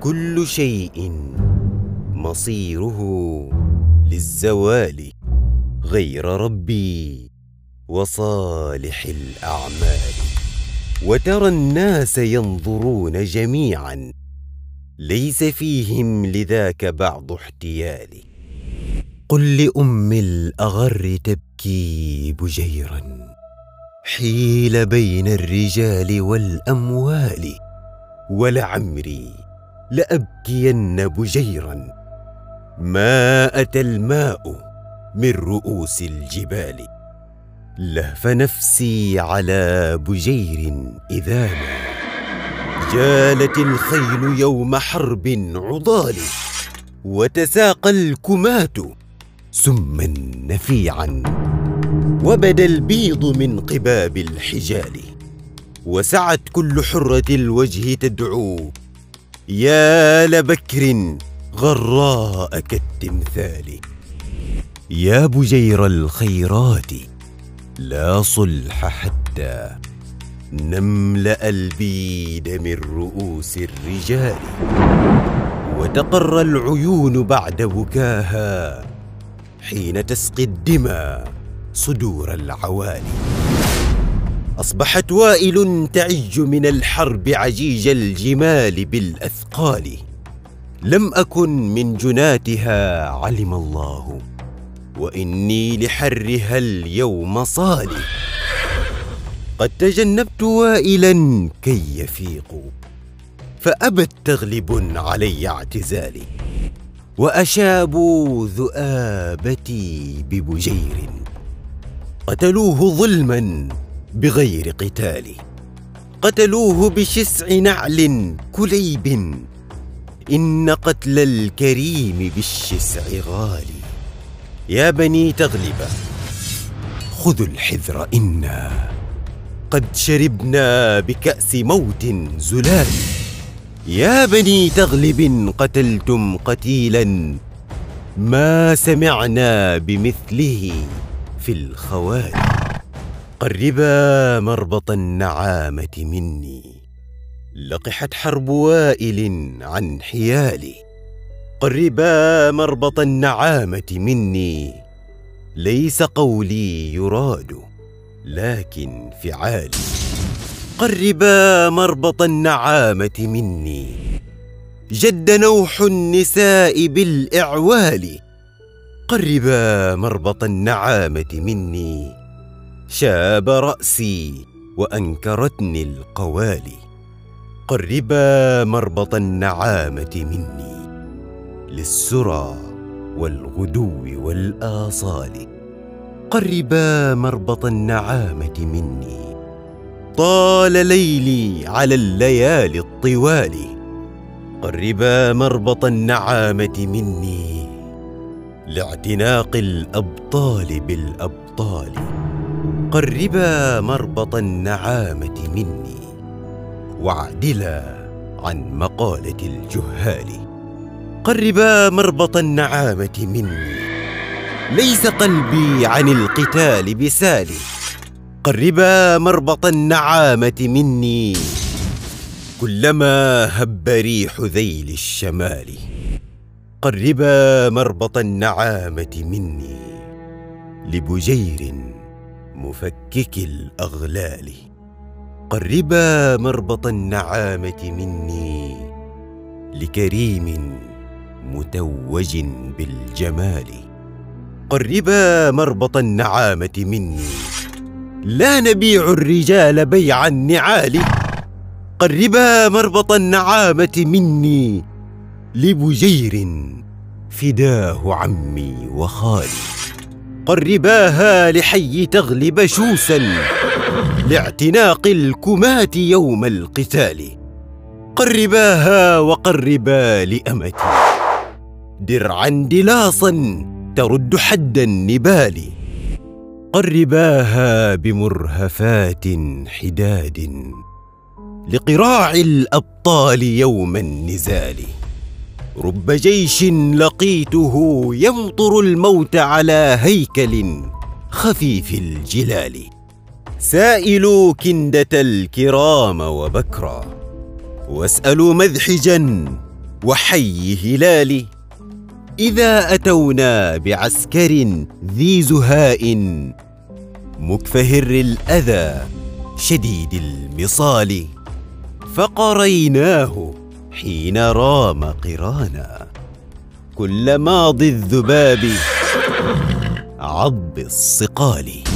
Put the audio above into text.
كل شيء مصيره للزوال غير ربي وصالح الأعمال. وترى الناس ينظرون جميعا ليس فيهم لذاك بعض احتيال. قل لأم الأغر تبكي بجيرا حيل بين الرجال والأموال، ولعمري لأبكين بجيرا ما أتى الماء من رؤوس الجبال. لهف نفسي على بجير إذا ما جالت الخيل يوم حرب عضال، وتساقى الكمات سما نفيعا، وبدا البيض من قباب الحجال. وسعت كل حرة الوجه تدعو يا لبكر غراء كالتمثال. يا بجير الخيرات لا صلح حتى نملأ البيد من رؤوس الرجال، وتقر العيون بعد بكاها حين تسقي الدماء صدور العوالي. أصبحت وائل تعج من الحرب عجيج الجمال بالأثقال. لم أكن من جناتها علم الله، وإني لحرها اليوم صالي. قد تجنبت وائلا كي يفيقوا، فأبت تغلب علي اعتزالي. وأشابوا ذؤابتي ببجير، قتلوه ظلما بغير قتال. قتلوه بشسع نعل كليب، إن قتل الكريم بالشسع غالي. يا بني تغلب خذوا الحذر، إنا قد شربنا بكأس موت زلال. يا بني تغلب قتلتم قتيلا ما سمعنا بمثله في الخوال. قربا مربط النعامة مني، لقحت حرب وائل عن حيالي. قربا مربط النعامة مني، ليس قولي يراد لكن فعالي. قربا مربط النعامة مني، جد نوح النساء بالإعوال. قربا مربط النعامة مني، شاب رأسي وأنكرتني القوالي. قربا مربط النعامة مني، للسرى والغدو والآصال. قربا مربط النعامة مني، طال ليلي على الليالي الطوال. قربا مربط النعامة مني، لاعتناق الأبطال بالأبطال. قربا مربط النعامة مني، واعدلا عن مقالة الجهال. قربا مربط النعامة مني، ليس قلبي عن القتال بسالي. قربا مربط النعامة مني، كلما هب ريح ذيل الشمال. قربا مربط النعامة مني، لبجير مفكك الأغلال. قربا مربط النعامة مني، لكريم متوج بالجمال. قربا مربط النعامة مني، لا نبيع الرجال بيع النعال. قربا مربط النعامة مني، لبجير فداه عمي وخالي. قرباها لحي تغلب شوسا، لاعتناق الكمات يوم القتال. قرباها وقربا لأمتي، درعا دلاصا ترد حد النبال. قرباها بمرهفات حداد، لقراع الأبطال يوم النزال. رب جيش لقيته يمطر الموت على هيكل خفيف الجلال. سائلوا كندة الكرام وبكرا، واسألوا مذحجا وحي هلال، إذا أتونا بعسكر ذي زهاء مكفهر الأذى شديد المصال، فقريناه حين رام قرانا كل ماضي الذباب عض الصقال.